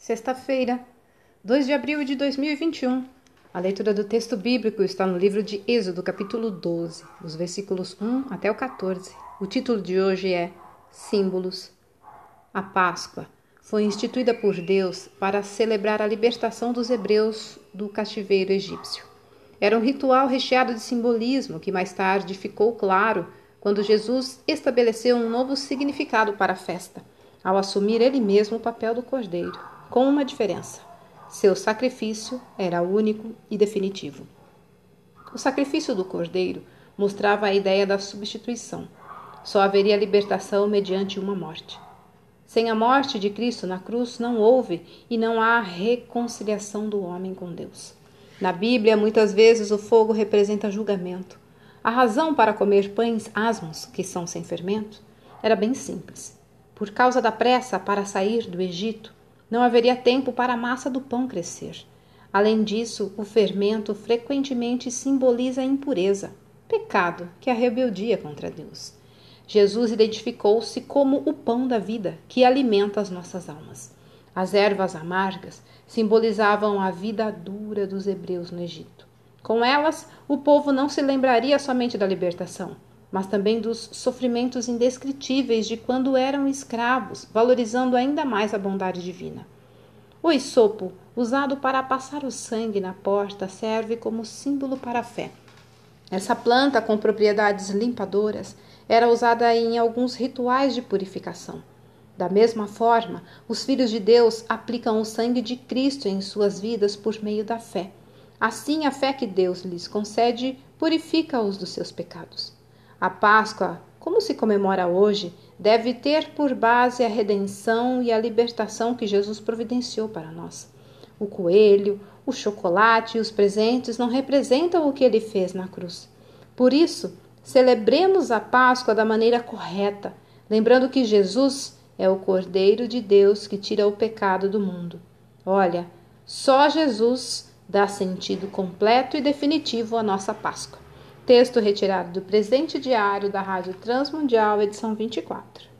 Sexta-feira, 2 de abril de 2021. A leitura do texto bíblico está no livro de Êxodo, capítulo 12, os versículos 1 até o 14. O título de hoje é Símbolos. A Páscoa foi instituída por Deus para celebrar a libertação dos hebreus do cativeiro egípcio. Era um ritual recheado de simbolismo que mais tarde ficou claro quando Jesus estabeleceu um novo significado para a festa, ao assumir ele mesmo o papel do cordeiro, com uma diferença: seu sacrifício era único e definitivo. O sacrifício do cordeiro mostrava a ideia da substituição. Só haveria libertação mediante uma morte. Sem a morte de Cristo na cruz não houve e não há reconciliação do homem com Deus. Na Bíblia, muitas vezes o fogo representa julgamento. A razão para comer pães asmos, que são sem fermento, era bem simples. Por causa da pressa para sair do Egito, não haveria tempo para a massa do pão crescer. Além disso, o fermento frequentemente simboliza a impureza, pecado, que é a rebeldia contra Deus. Jesus identificou-se como o pão da vida, que alimenta as nossas almas. As ervas amargas simbolizavam a vida dura dos hebreus no Egito. Com elas, o povo não se lembraria somente da libertação, mas também dos sofrimentos indescritíveis de quando eram escravos, valorizando ainda mais a bondade divina. O hisopo, usado para passar o sangue na porta, serve como símbolo para a fé. Essa planta, com propriedades limpadoras, era usada em alguns rituais de purificação. Da mesma forma, os filhos de Deus aplicam o sangue de Cristo em suas vidas por meio da fé. Assim, a fé que Deus lhes concede purifica-os dos seus pecados. A Páscoa, como se comemora hoje, deve ter por base a redenção e a libertação que Jesus providenciou para nós. O coelho, o chocolate e os presentes não representam o que ele fez na cruz. Por isso, celebremos a Páscoa da maneira correta, lembrando que Jesus é o Cordeiro de Deus que tira o pecado do mundo. Olha, só Jesus dá sentido completo e definitivo à nossa Páscoa. Texto retirado do Presente Diário da Rádio Transmundial, edição 24.